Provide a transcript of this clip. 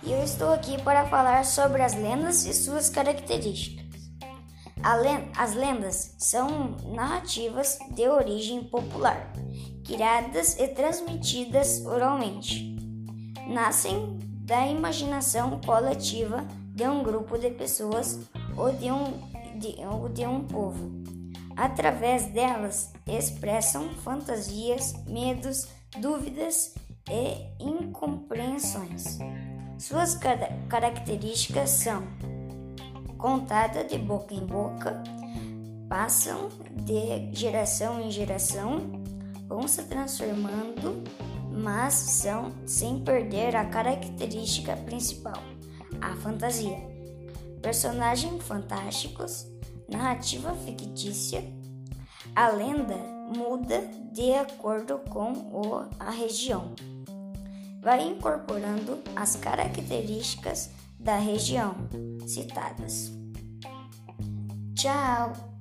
e eu estou aqui para falar sobre as lendas e suas características. As lendas são narrativas de origem popular, criadas e transmitidas oralmente. Nascem da imaginação coletiva de um grupo de pessoas ou de um povo. Através delas, expressam fantasias, medos, dúvidas e incompreensões. Suas características são contada de boca em boca, passam de geração em geração, vão se transformando, mas são sem perder a característica principal, a fantasia. Personagens fantásticos, narrativa fictícia. A lenda muda de acordo com a região. Vai incorporando as características da região citadas. Tchau!